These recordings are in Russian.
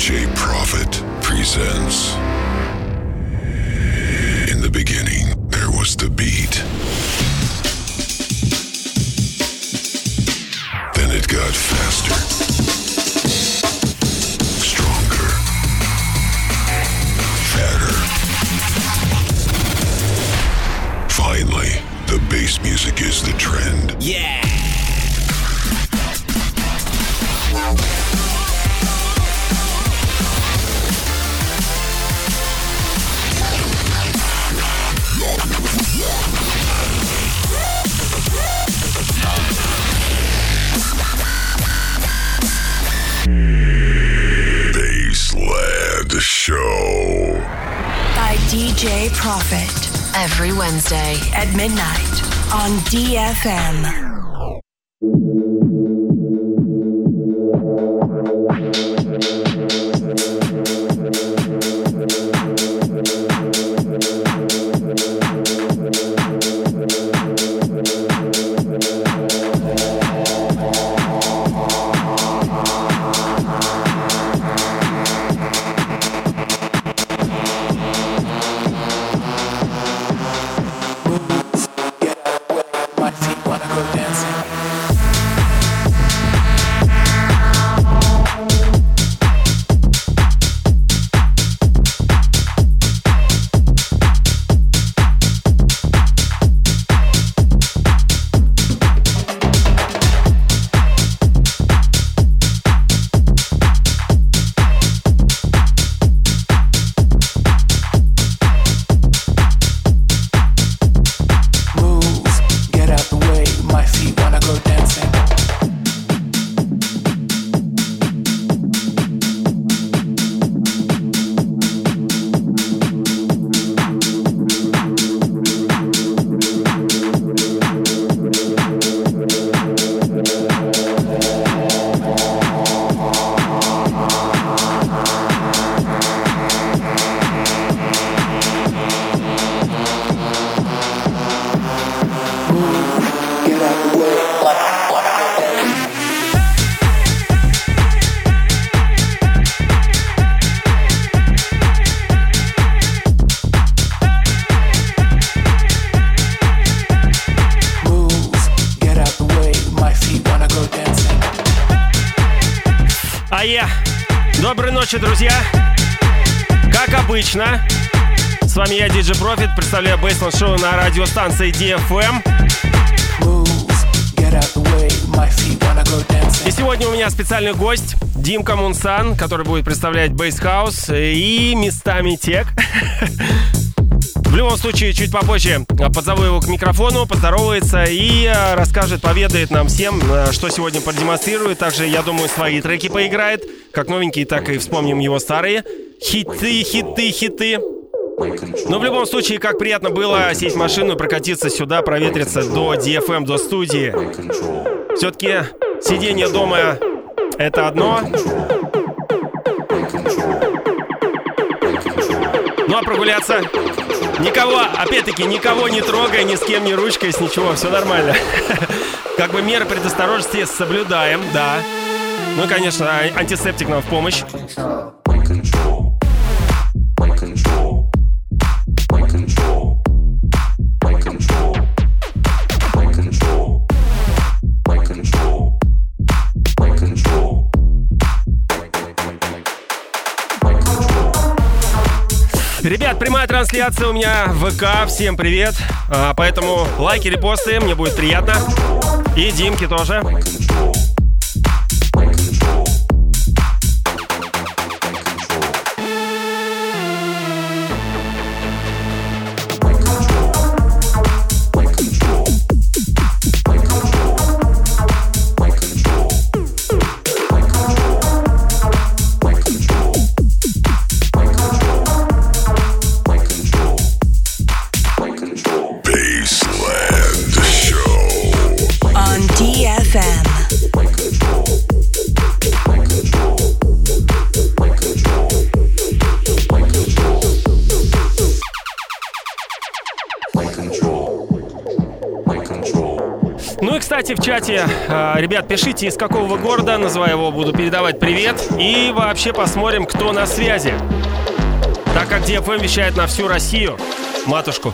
DJ Prophet presents. In the beginning, there was the beat. Then it got faster, stronger, fatter. Finally, the bass music is the trend. Yeah! Bassland Show by DJ Prophet every Wednesday at midnight on DFM. Доброй ночи, друзья! Как обычно, с вами я, DJ Prophet, представляю Bassland Show на радиостанции DFM. И сегодня у меня специальный гость Димка Мунсан, который будет представлять Bass House и местами тек. В любом случае, чуть попозже позову его к микрофону, поздоровается и расскажет, поведает нам всем, что сегодня продемонстрирует. Также, я думаю, свои треки поиграет, как новенькие, так и вспомним его старые хиты. Но в любом случае, как приятно было сесть в машину, прокатиться сюда, проветриться до DFM, до студии. Все-таки сидение дома — это одно. Ну а прогуляться... Никого, опять-таки, никого не трогай, ни с кем не ручкой, с ничего, все нормально. Как бы меры предосторожности соблюдаем, да. Ну и, конечно, антисептик нам в помощь. Ребят, прямая трансляция у меня в ВК, всем привет. Поэтому лайки, репосты, мне будет приятно. И Димке тоже. DFM. чате. Ребят, пишите, из какого вы города, называя его, буду передавать привет. И вообще посмотрим, кто на связи. Так как DFM вещает на всю Россию, матушку.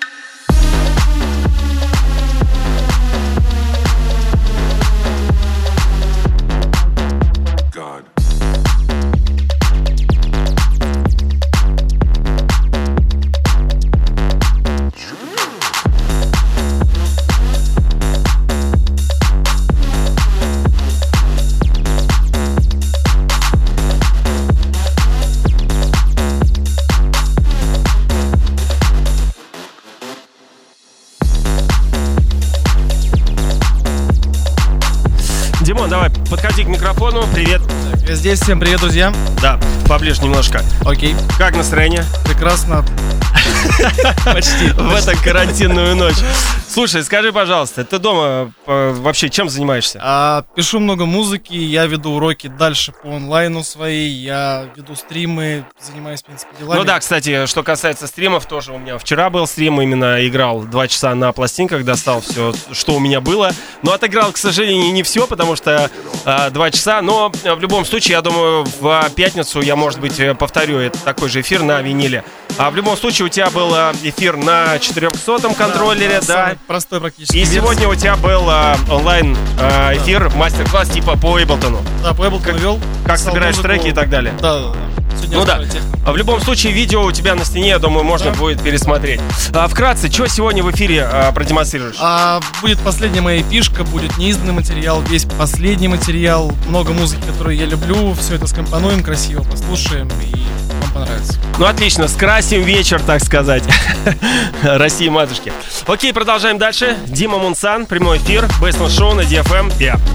Димон, давай, подходи к микрофону. Привет. Так, я здесь. Всем привет, друзья. Да, поближе немножко. Окей. Как настроение? Прекрасно. Почти. В эту карантинную ночь. Слушай, скажи, пожалуйста, ты дома вообще чем занимаешься? Пишу много музыки, я веду уроки дальше по онлайну свои, я веду стримы, занимаюсь, в принципе, делами. Ну да, кстати, что касается стримов, тоже у меня вчера был стрим, именно играл 2 часа на пластинках, достал все, что у меня было. Но отыграл, к сожалению, не все, потому что 2 часа, но в любом случае, я думаю, в пятницу я, может быть, повторю такой же эфир на виниле. А в любом случае, у тебя был эфир на 400-м контроллере, да? Простой практически. И сегодня у тебя был онлайн эфир, мастер-класс типа по Эйблтону. Да, по Эйблтону вел. Как собираешь треки и так далее. Да. Ну да. В любом случае, видео у тебя на стене, я думаю, можно будет пересмотреть. Вкратце, что сегодня в эфире продемонстрируешь? Будет последняя моя эпишка, будет неизданный материал, весь последний материал, много музыки, которую я люблю, все это скомпонуем красиво, послушаем и вам понравится. Ну отлично, скрасим вечер, так сказать. России матушки. Окей, продолжаем дальше. Дима Мунсан, прямой эфир, Бейсленд Шоу на DFM.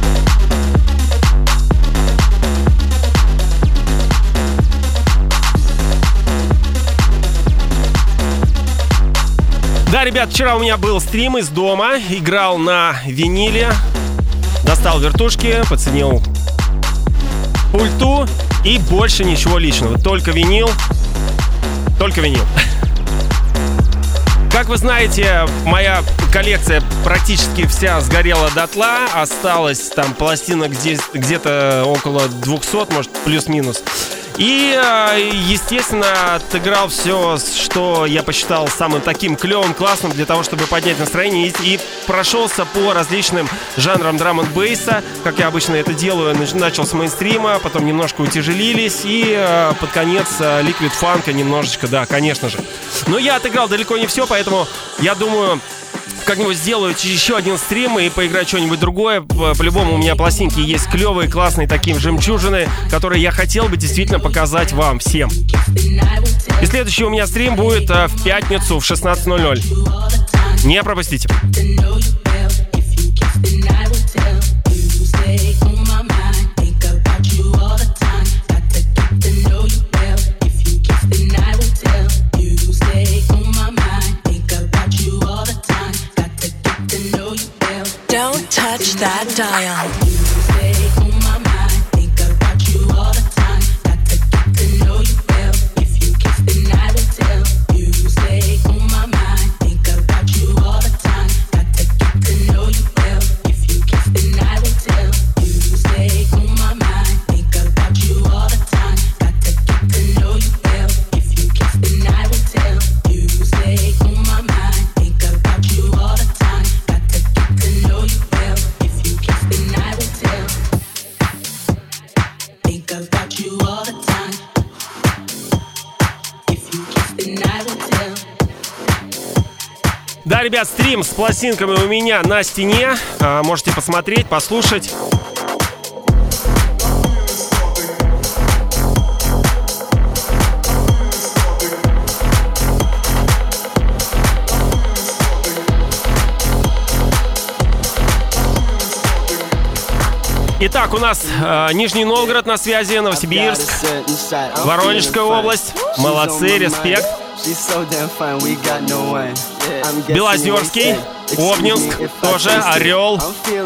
Да, ребят, вчера у меня был стрим из дома, играл на виниле, достал вертушки, подценил пульту и больше ничего личного, только винил. Как вы знаете, моя коллекция практически вся сгорела дотла, осталось там пластинок где-то около 200, может, плюс-минус. И, естественно, отыграл все, что я посчитал самым таким клевым, классным для того, чтобы поднять настроение. И прошелся по различным жанрам драм-н-бейса, как я обычно это делаю. Начал с мейнстрима, потом немножко утяжелились. И под конец ликвид-фанка немножечко, да, конечно же. Но я отыграл далеко не все, поэтому я думаю... Как-нибудь сделаю еще один стрим и поиграю что-нибудь другое. По-любому у меня пластинки есть клевые, классные такие жемчужины, которые я хотел бы действительно показать вам всем. И следующий у меня стрим будет в пятницу в 16:00. Не пропустите. Don't touch that dial. Да, ребят, стрим с пластинками у меня на стене. Можете посмотреть, послушать. Итак, у нас Нижний Новгород на связи, Новосибирск, Воронежская область. Молодцы, респект. Белозерский, Обнинск, тоже, Орел,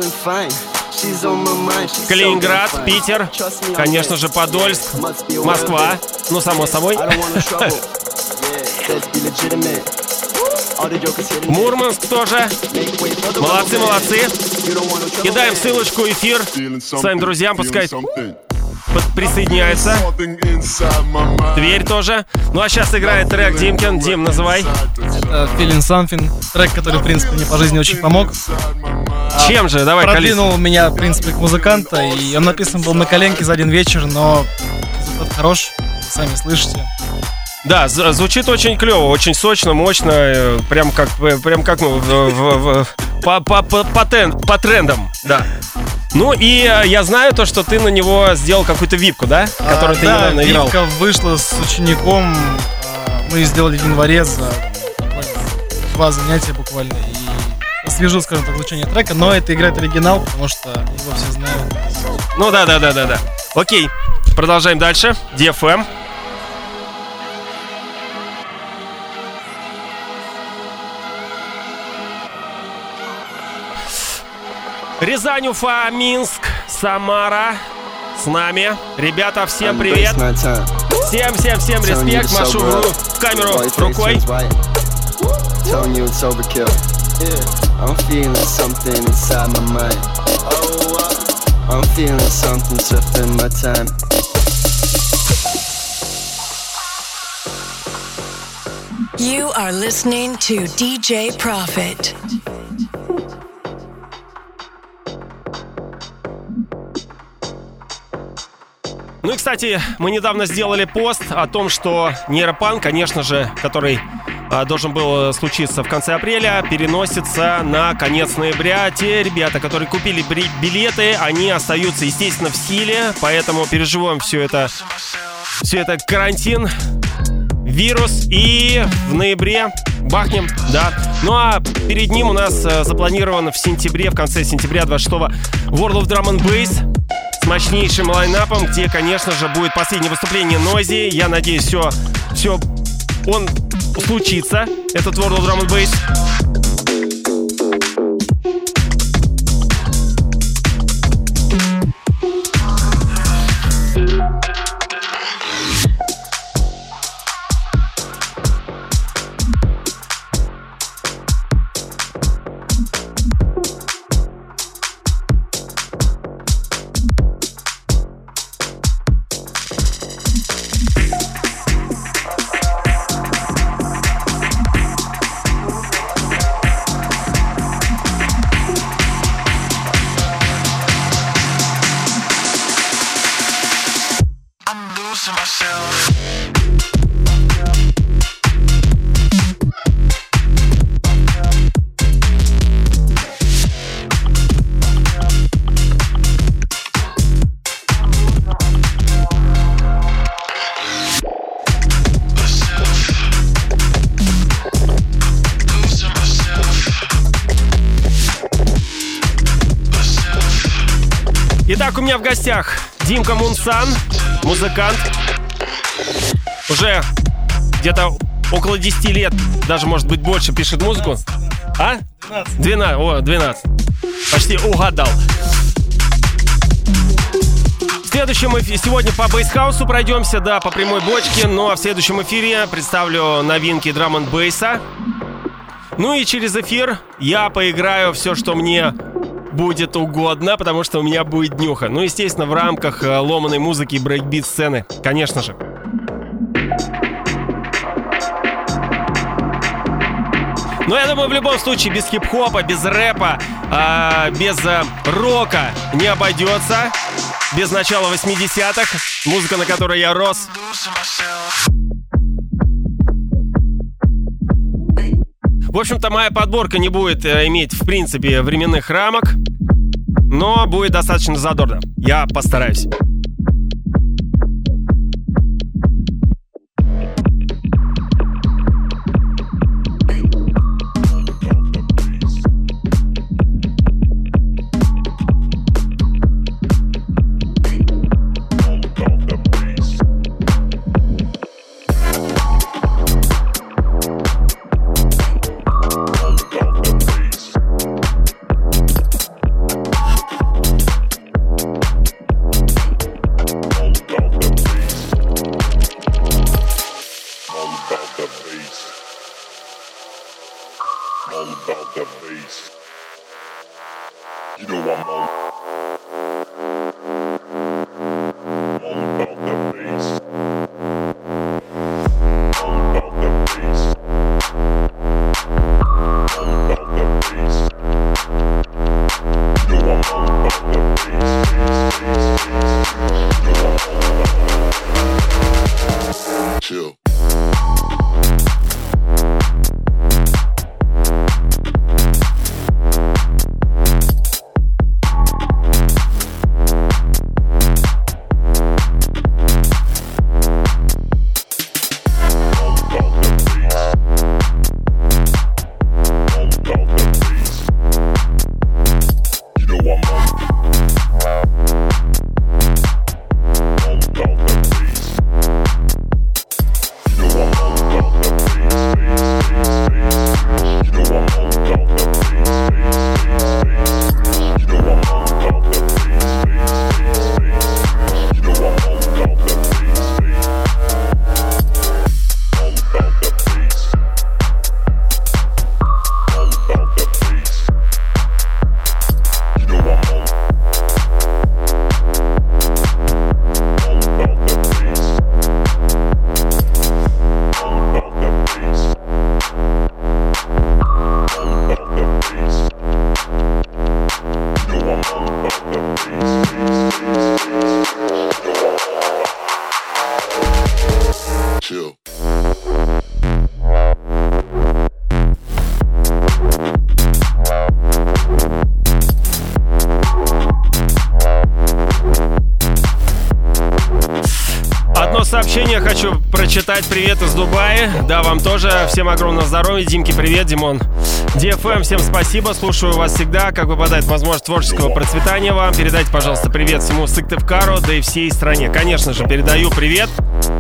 Калининград, Питер, конечно же, Подольск, Москва, ну, само собой. Мурманск тоже. Молодцы, молодцы. Кидаем ссылочку, эфир своим друзьям, пускай присоединяются. Тверь тоже. Ну а сейчас играет трек Димкин. Дим, называй. Это Feeling Something. Трек, который, в принципе, мне по жизни очень помог. Чем же? Давай, продвинул меня, в принципе, к музыканта. И он написан был на коленке за один вечер, но результат хорош. Сами слышите. Да, звучит очень клево, очень сочно, мощно, прям как по трендам, да. Ну и я знаю то, что ты на него сделал какую-то випку, да? Которую ты недавно играл. Да, випка вышла с учеником. Мы сделали в январе за 2 занятия буквально. И освежил, скажем так, звучание трека. Но это играет оригинал, потому что его все знают. Ну да. Окей, продолжаем дальше. DFM. Рязань, Уфа, Минск, Самара с нами. Ребята, всем привет. Всем респект. Машу в камеру рукой. You are listening to DJ Profit. Ну и, кстати, мы недавно сделали пост о том, что нейропанк, конечно же, который должен был случиться в конце апреля, переносится на конец ноября. Те ребята, которые купили билеты, они остаются, естественно, в силе, поэтому переживем все это карантин, вирус, и в ноябре бахнем, да. Ну а перед ним у нас запланировано в конце сентября 26-го World of Drum and Bass с мощнейшим лайнапом, где, конечно же, будет последнее выступление Noisy. Я надеюсь, все он случится, этот World of Drum and Bass. Итак, у меня в гостях Димка Мунсан, музыкант. Уже где-то около 10 лет, даже, может быть, больше, пишет музыку. 12. Почти угадал. В следующем эфире, сегодня по бейсхаусу пройдемся, да, по прямой бочке. Ну а в следующем эфире представлю новинки драм-н-бейса. Ну и через эфир я поиграю все, что мне будет угодно, потому что у меня будет днюха. Ну, естественно, в рамках ломаной музыки и брейкбит-сцены, конечно же. Но я думаю, в любом случае, без хип-хопа, без рэпа, без рока не обойдется. Без начала 80-х, музыка, на которой я рос. В общем-то, моя подборка не будет иметь, в принципе, временных рамок, но будет достаточно задорно. Я постараюсь. Одно сообщение хочу прочитать. Привет из Дубая. Да, вам тоже. Всем огромного здоровья. Димке привет, Димон. DFM, всем спасибо. Слушаю вас всегда. Как выпадает возможность творческого процветания вам. Передайте, пожалуйста, привет всему Сыктывкару, да и всей стране. Конечно же, передаю привет.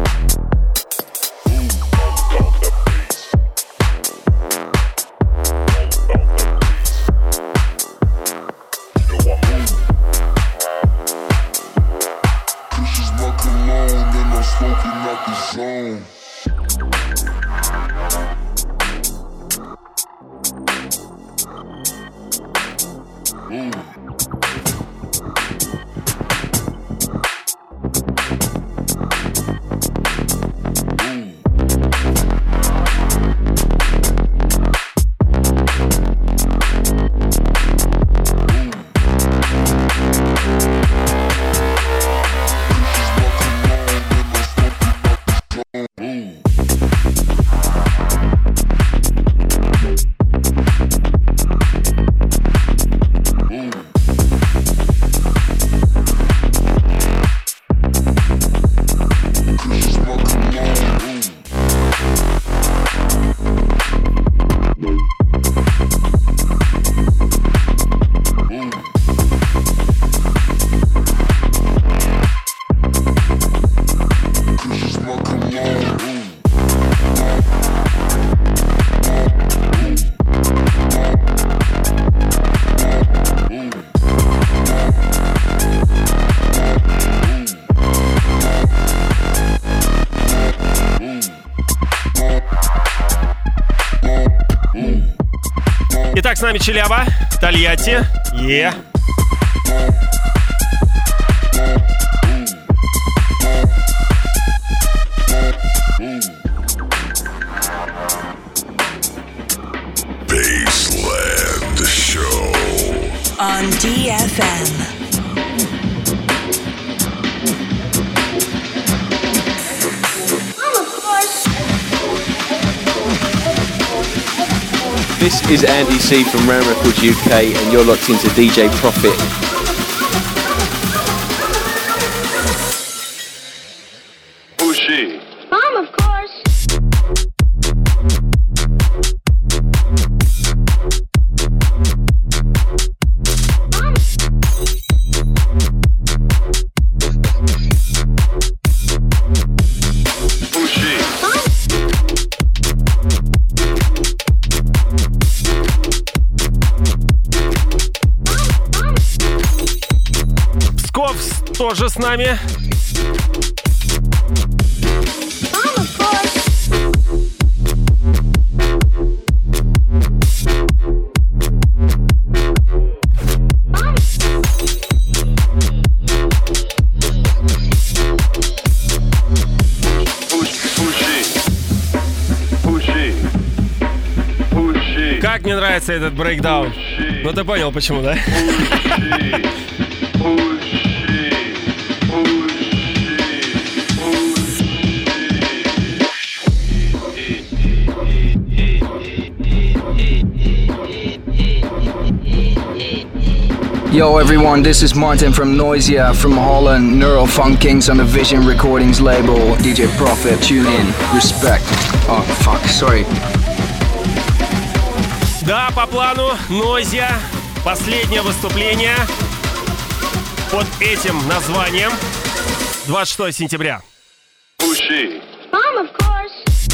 Итак, с нами Челяба, Тольятти. Baseland Show on DFM. This is Andy C from Ram Records UK, and you're locked into DJ Profit. Who's she? Mom, of course. Who's she? Псков тоже с нами. Mom, of course. Как мне нравится этот брейкдаун. Ну ты понял, почему, да? Yo everyone, this is Martin from Noisia from Holland, Neurofunk Kings on the Vision Recordings label, DJ Profit, tune in, respect. Oh fuck, sorry. Да, по плану Noisia. Последнее выступление под этим названием 26 сентября. Mom, of course.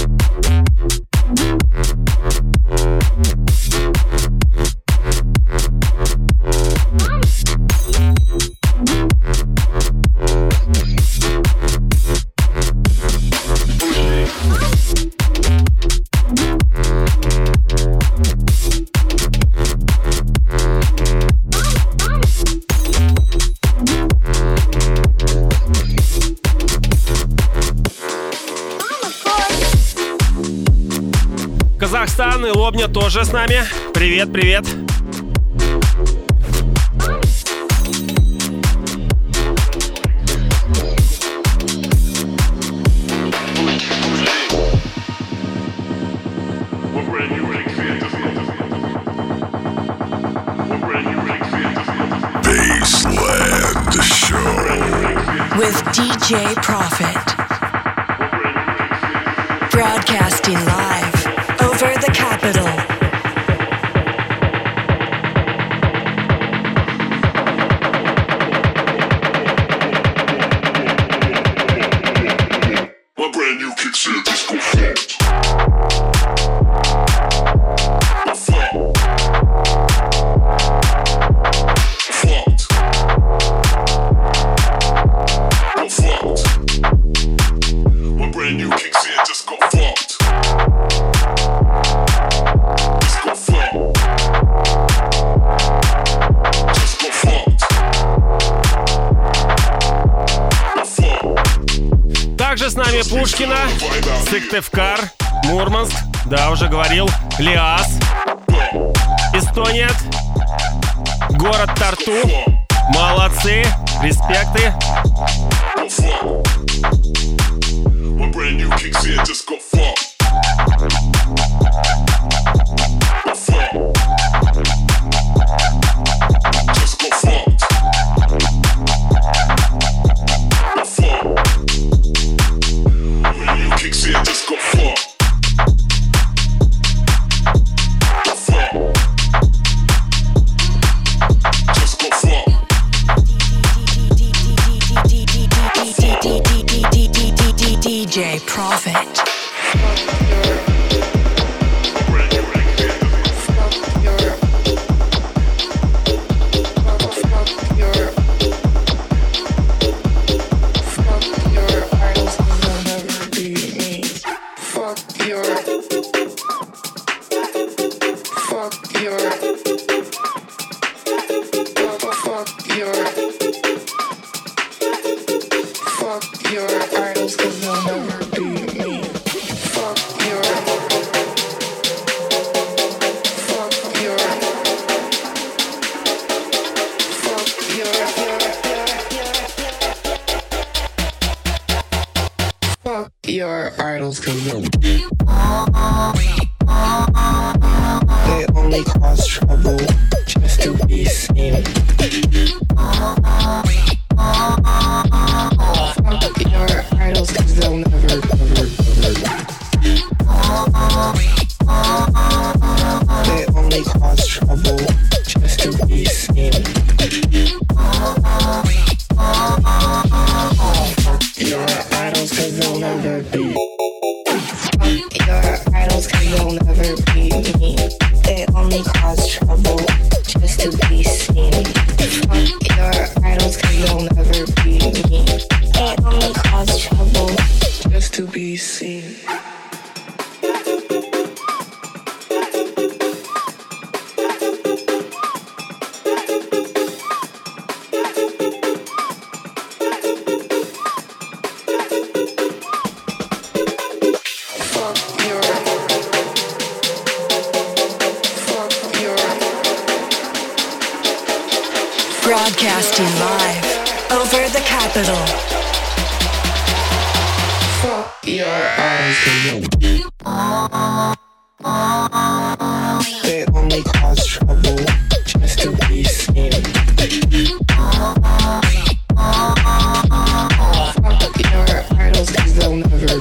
Казахстан и Лобня тоже с нами. Привет, привет. Baseland Show With DJ Profit. Broadcasting live over the capital. My brand new kick said disco fault. Также с нами Пушкина, Сыктывкар, Мурманск, да, уже говорил, Лиас, Эстония, город Тарту. Молодцы, респекты. DJ Profit. Your idols can they only cause trouble just to be seen. Fuck your idols cause they'll never. They only cause trouble just to be seen. Your idols cause they'll never be. Your idols cause they'll never be me. They only cause trouble just to be seen. Fuck your idols cause they'll never be me. They only cause trouble just to be seen. Broadcasting live over the capital. Fuck your idols they only cause trouble just to be seen. Fuck your idols cause they'll never.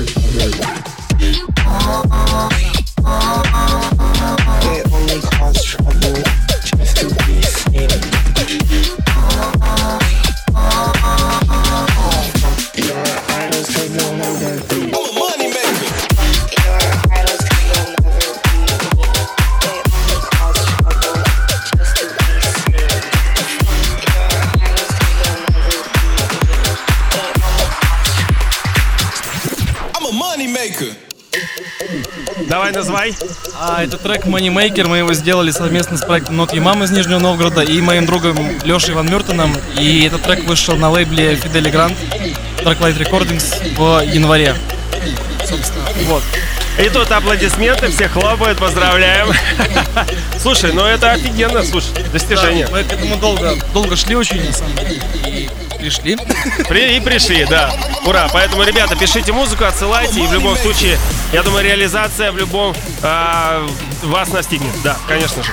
They only cause trouble just to be seen. Your idols cause they'll never be. I'm a money maker. Your idols cause they'll never be me. They only cause trouble just to be seen. Your idols cause they'll never be me. They only cause. I'm a money maker. Давай, назвай. Это трек Moneymaker, мы его сделали совместно с проектом Not Your Mom из Нижнего Новгорода и моим другом Лешей Ван Мюртеном. И этот трек вышел на лейбле Fideli Grant, Darklight Recordings в январе. Собственно, вот. И тут аплодисменты, все хлопают, поздравляем. Слушай, ну это офигенно, слушай, достижение. Да, мы к этому долго шли очень, на самом деле, и пришли. И пришли, да. Ура. Поэтому, ребята, пишите музыку, отсылайте, и в любом случае, я думаю, реализация в любом вас настигнет. Да, конечно же.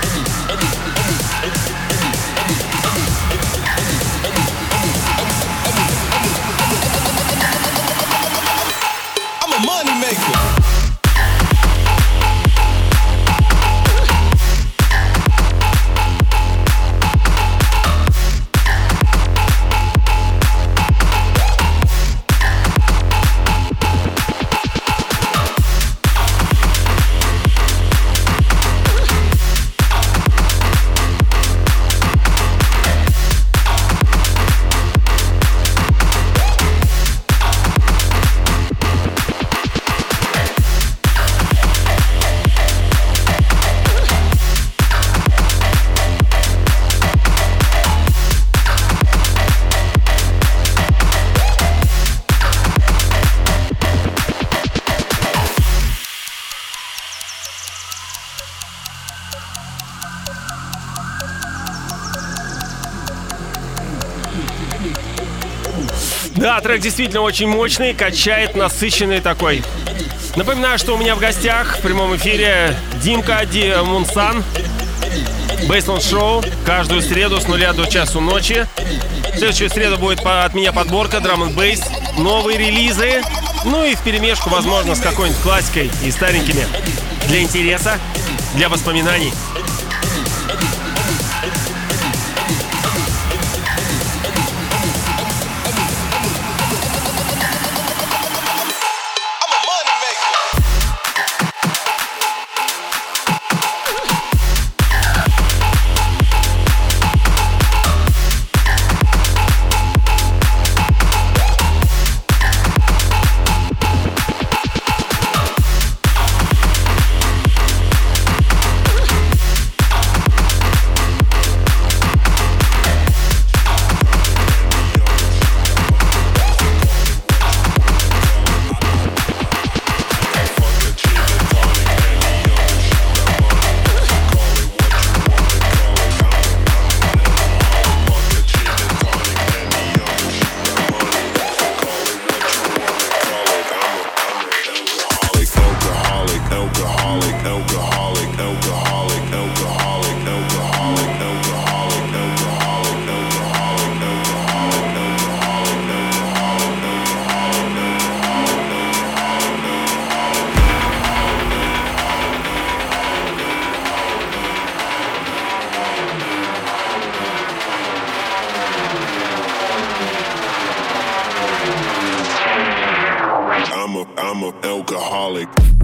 Да, трек действительно очень мощный, качает, насыщенный такой. Напоминаю, что у меня в гостях в прямом эфире Димка Мунсан. Бейсленд Шоу каждую среду с 0 до часу ночи. В следующую среду будет от меня подборка драм н бейс, новые релизы, ну и вперемешку, возможно, с какой-нибудь классикой и старенькими. Для интереса, для воспоминаний. I'm a alcoholic.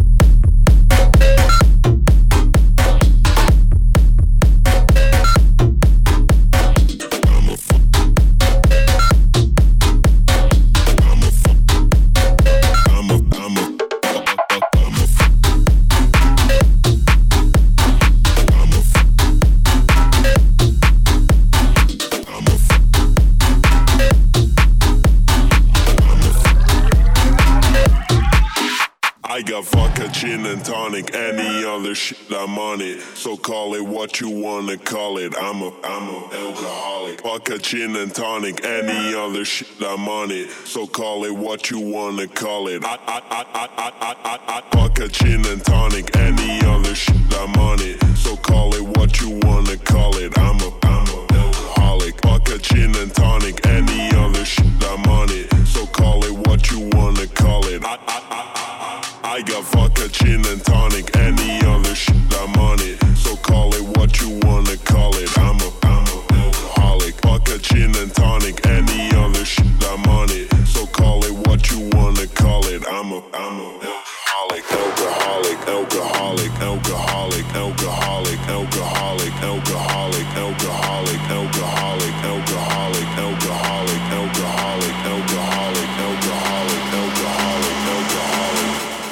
I got vodka, gin and tonic, any other shit, I'm on it. So call it what you wanna call it. I'm a alcoholic. Vodka, gin and tonic, any other shit, I'm on it. So call it what you wanna call it. Vodka, gin and tonic, any other shit, I'm on it. So call it what you wanna call it. I'm a alcoholic. Vodka, gin and tonic, any other shit, I'm on it. So call it what you wanna call it. I got vodka, gin and tonic, any other shit, I'm on it. So call it what you wanna call it. I'm a alcoholic. Vodka, gin and tonic, any other shit, I'm on it. So call it what you wanna call it. I'm a alcoholic, alcoholic, alcoholic, alcoholic, alcoholic, alcoholic, alcoholic, alcoholic, alcoholic, alcoholic, alcoholic, alcoholic, alcoholic, alcoholic, alcoholic, alcoholic.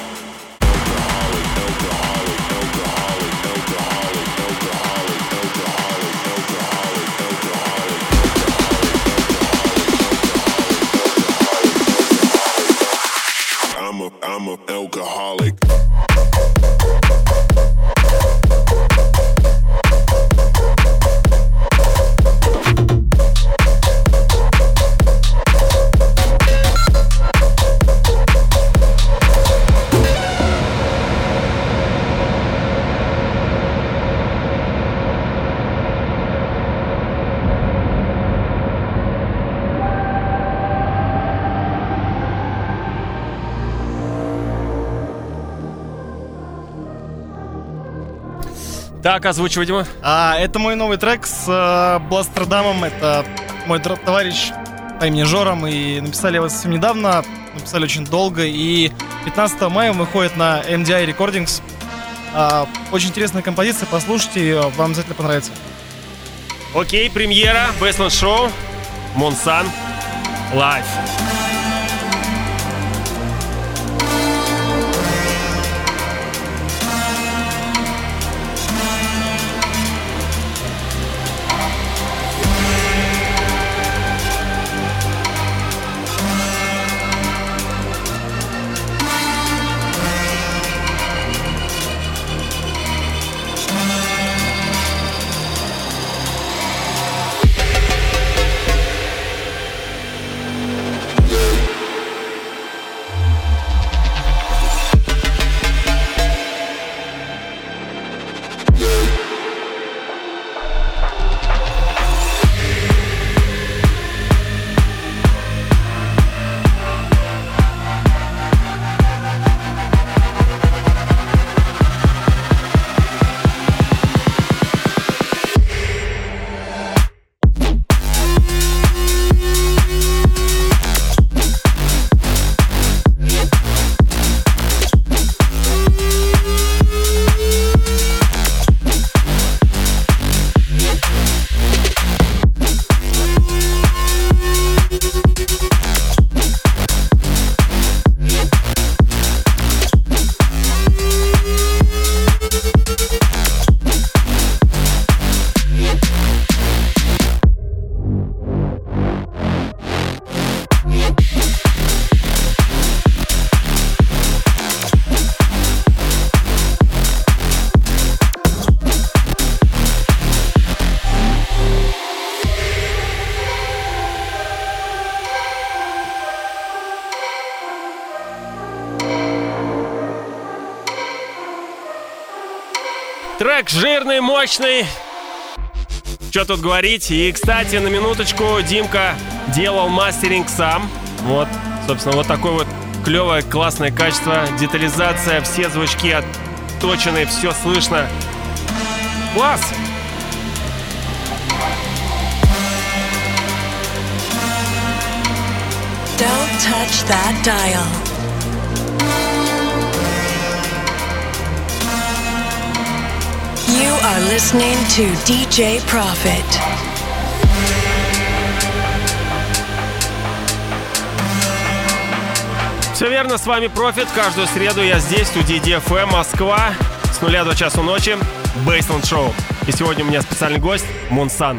I'm a alcoholic. Так, озвучивай, Дима. Это мой новый трек с Бластердамом. Это мой товарищ по имени Жора. Мы написали его совсем недавно, написали очень долго. И 15 мая он выходит на MDI Recordings. Очень интересная композиция, послушайте ее, вам обязательно понравится. Окей, премьера, Baseline Show, Monsan, Live. Трек жирный, мощный. Что тут говорить? И, кстати, на минуточку, Димка делал мастеринг сам. Вот, собственно, вот такое вот клевое, классное качество. Детализация, все звучки отточены, все слышно. Класс! Don't touch that dial. You are listening to DJ Profit. Все верно, с вами Profit. Каждую среду я здесь, в студии DFM, Москва. С 0 до часу ночи. Baseline Show. И сегодня у меня специальный гость Monsan.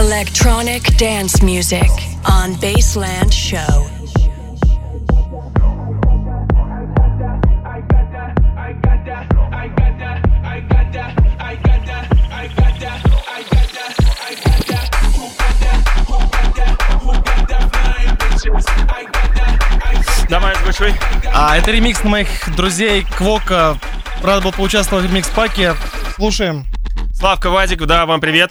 Electronic dance music on Baseland Show. Давай, озвучивай. Это ремикс на моих друзей Квока. Рад был поучаствовать в ремикс-паке. Слушаем. Славка, Вадик, да, вам привет.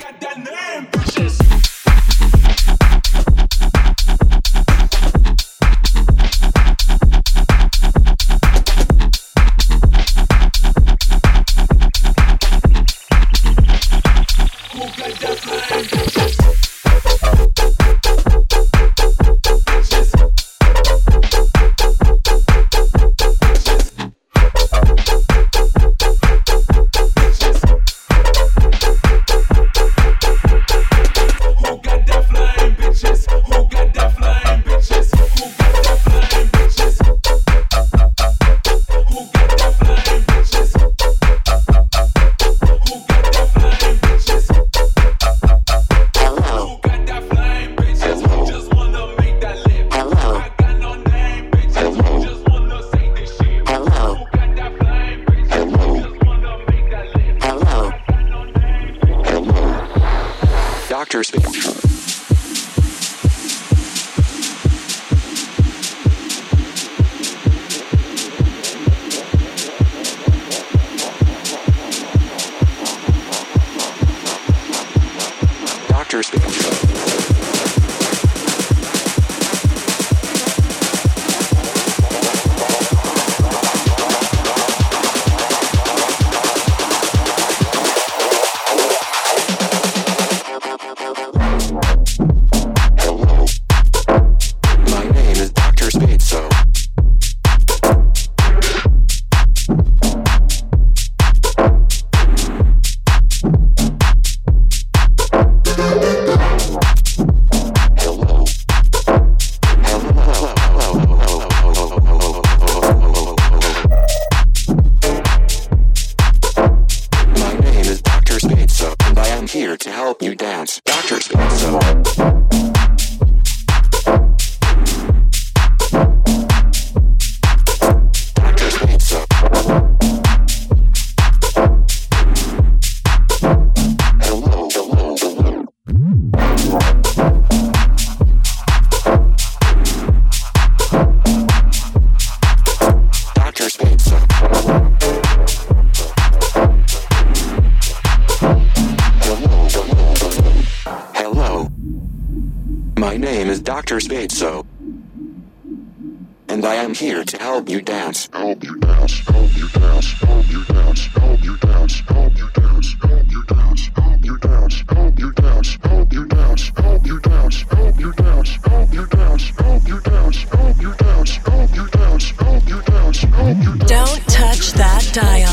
Don't touch that dial.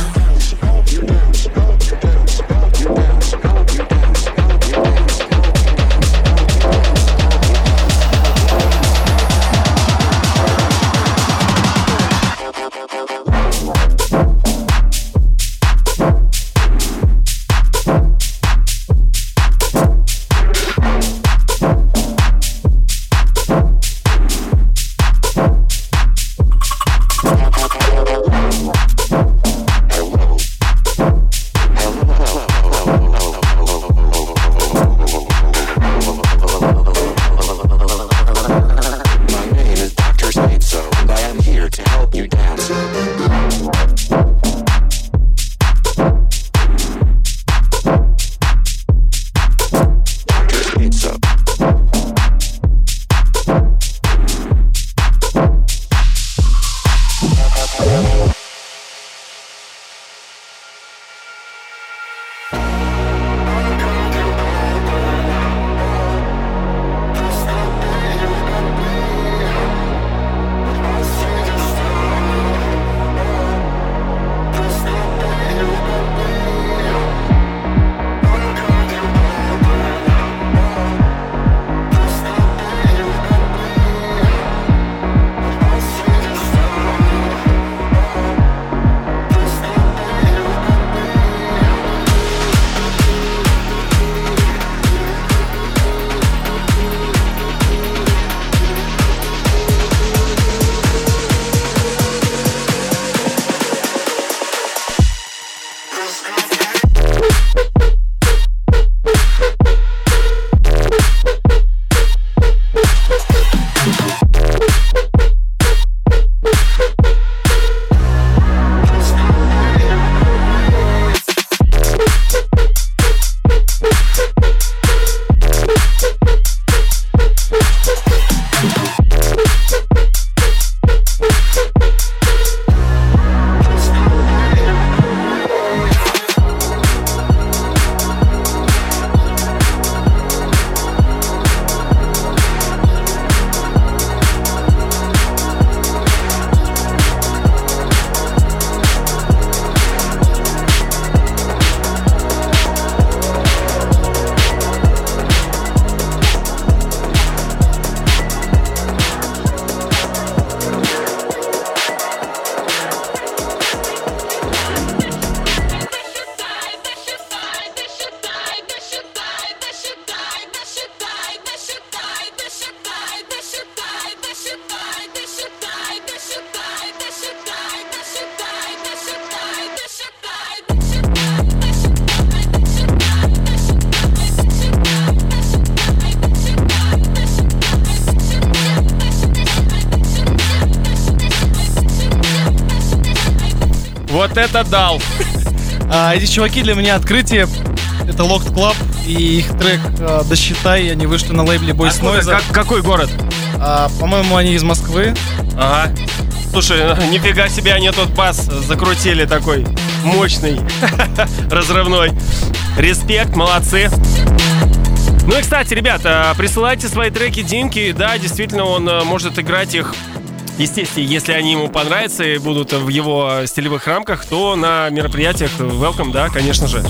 Вот это дал! Эти чуваки для меня открытие. Это Locked Club и их трек «Досчитай». Они вышли на лейбле Boys Noise. Какой город? По-моему, они из Москвы. Ага. Слушай, нифига себе, они тут бас закрутили такой мощный, разрывной. Респект, молодцы. Ну и, кстати, ребята, присылайте свои треки Димке. Да, действительно, он может играть их, естественно, если они ему понравятся и будут в его стилевых рамках, то на мероприятиях welcome, да, конечно же.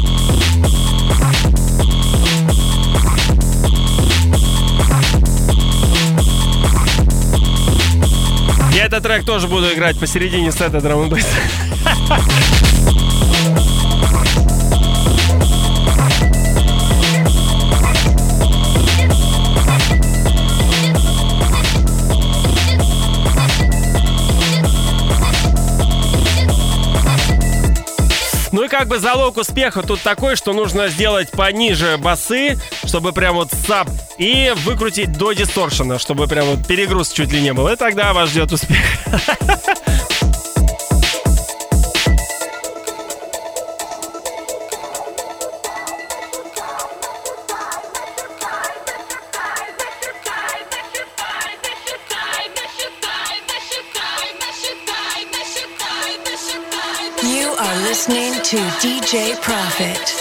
Я этот трек тоже буду играть посередине сета Drum & Bass. Ну и как бы залог успеха тут такой, что нужно сделать пониже басы, чтобы прям вот сап, и выкрутить до дисторшена, чтобы прям вот перегруз чуть ли не был. И тогда вас ждет успех. You are listening to DJ Profit.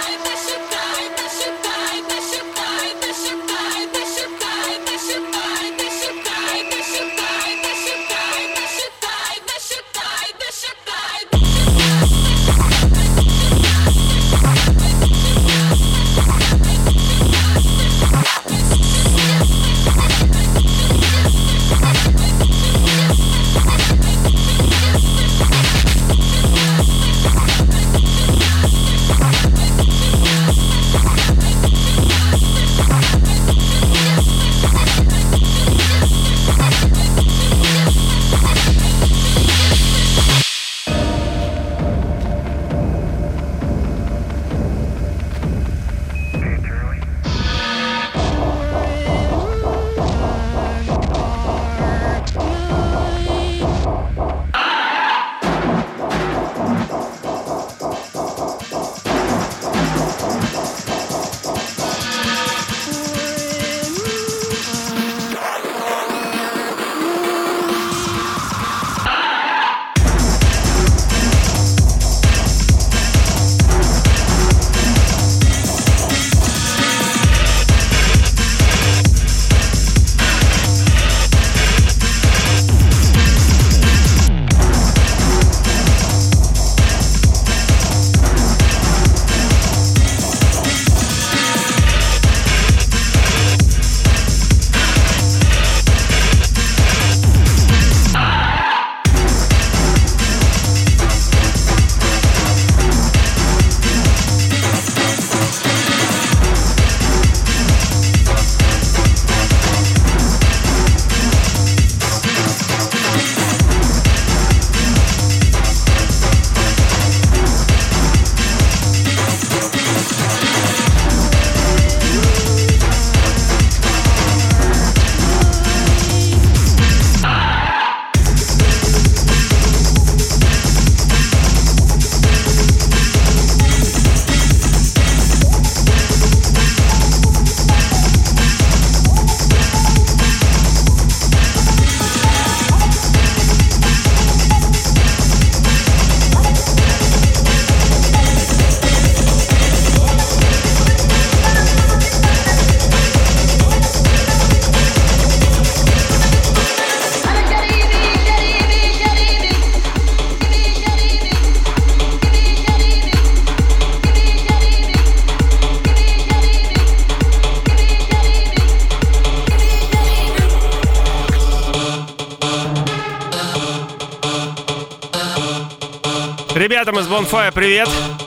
Ребятам из Bonfire привет.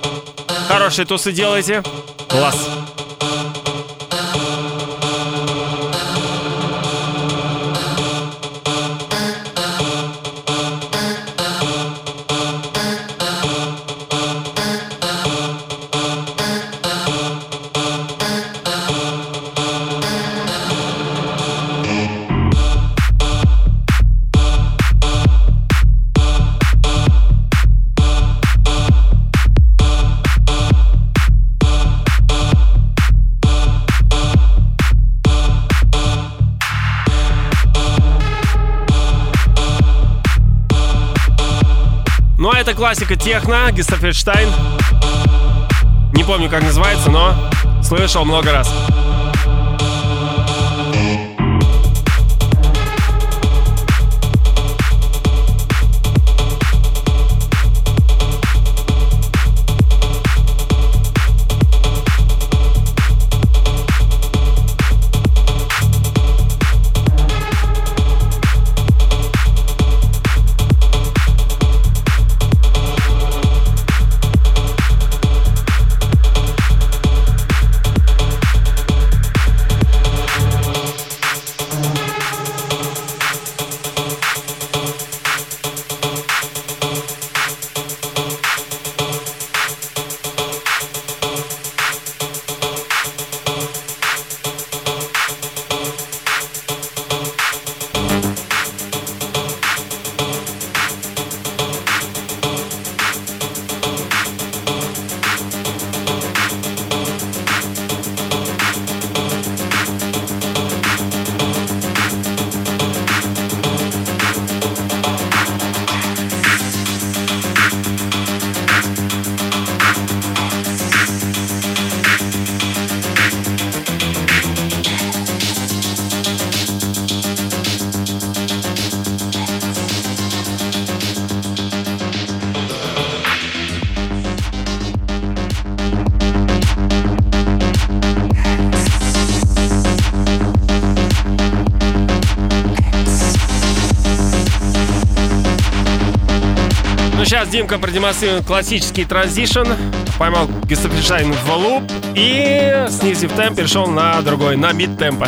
Хорошие тусы делаете. Класс. это классика техно, Гестафельштайн. Не помню, как называется, но слышал много раз. Сейчас Димка продемонстрирует классический транзишн. Поймал Гестафельштайн в луп и, снизив темп, перешел на другой, на мид-темпо.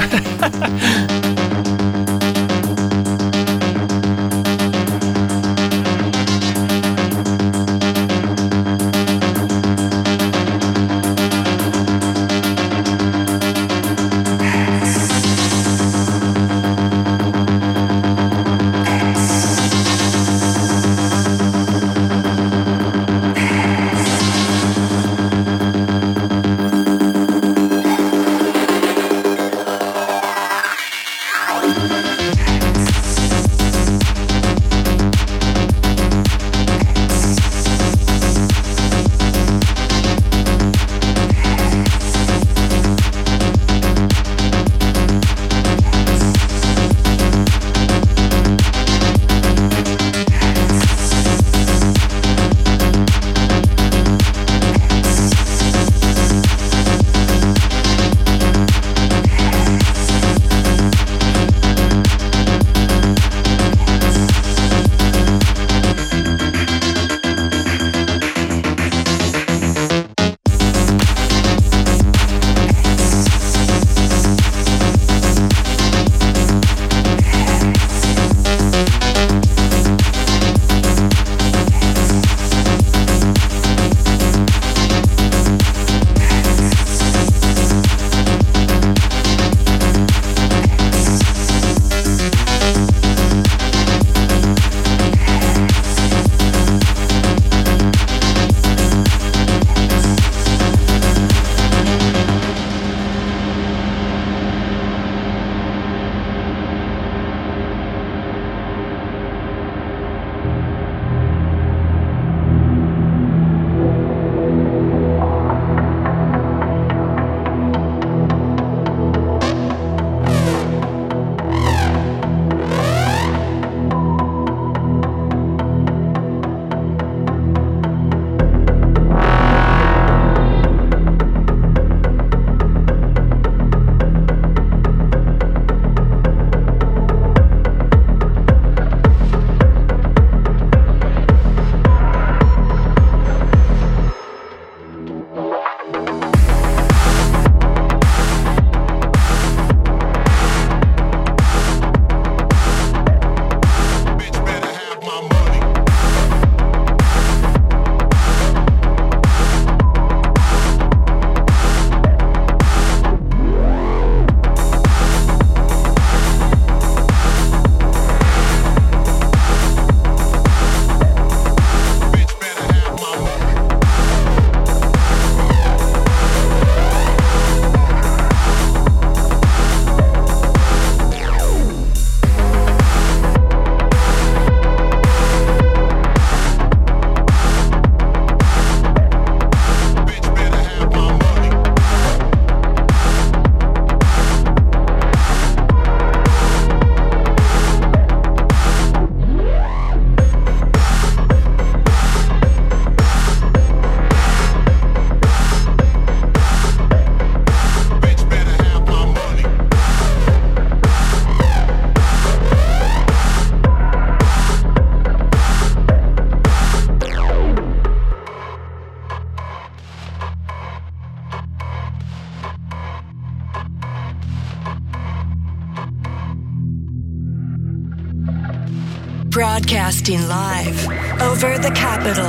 Broadcasting live over the capital.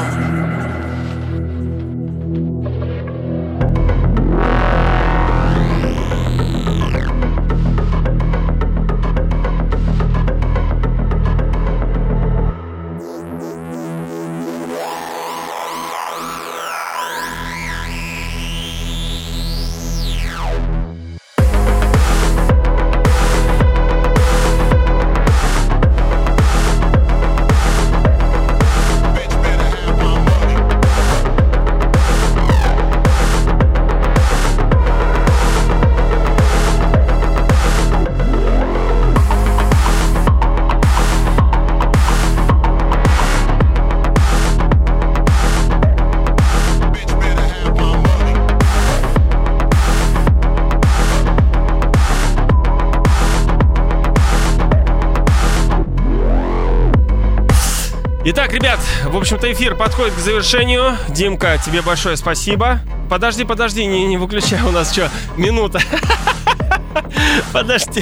Итак, ребят, в общем-то эфир подходит к завершению. Димка, тебе большое спасибо. Подожди, не выключай, у нас что, минута. Подожди.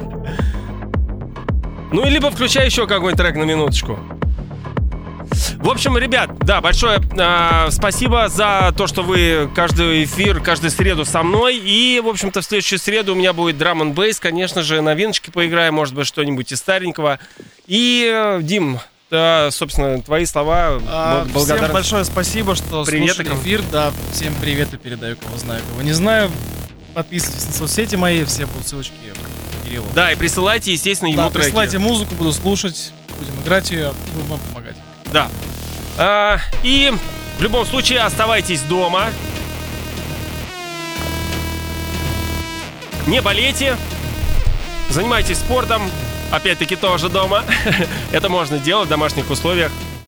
Ну, либо включай еще какой-нибудь трек на минуточку. В общем, ребят, да, большое спасибо за то, что вы каждый эфир, каждую среду со мной. И, в общем-то, в следующую среду у меня будет драм н бейс. Конечно же, новиночки поиграем, может быть, что-нибудь из старенького. И, Дим, да, собственно, твои слова. Всем большое спасибо, что слушали эфир. Да, всем приветы передаю, кого знаю, кого не знаю. Подписывайтесь на соцсети мои, все будут ссылочки Кириллу. Да, и присылайте, естественно, ему треки. Присылайте музыку, буду слушать, будем играть ее, буду вам помогать. Да. И в любом случае оставайтесь дома. Не болейте. Занимайтесь спортом. Опять-таки тоже дома. Это можно делать в домашних условиях.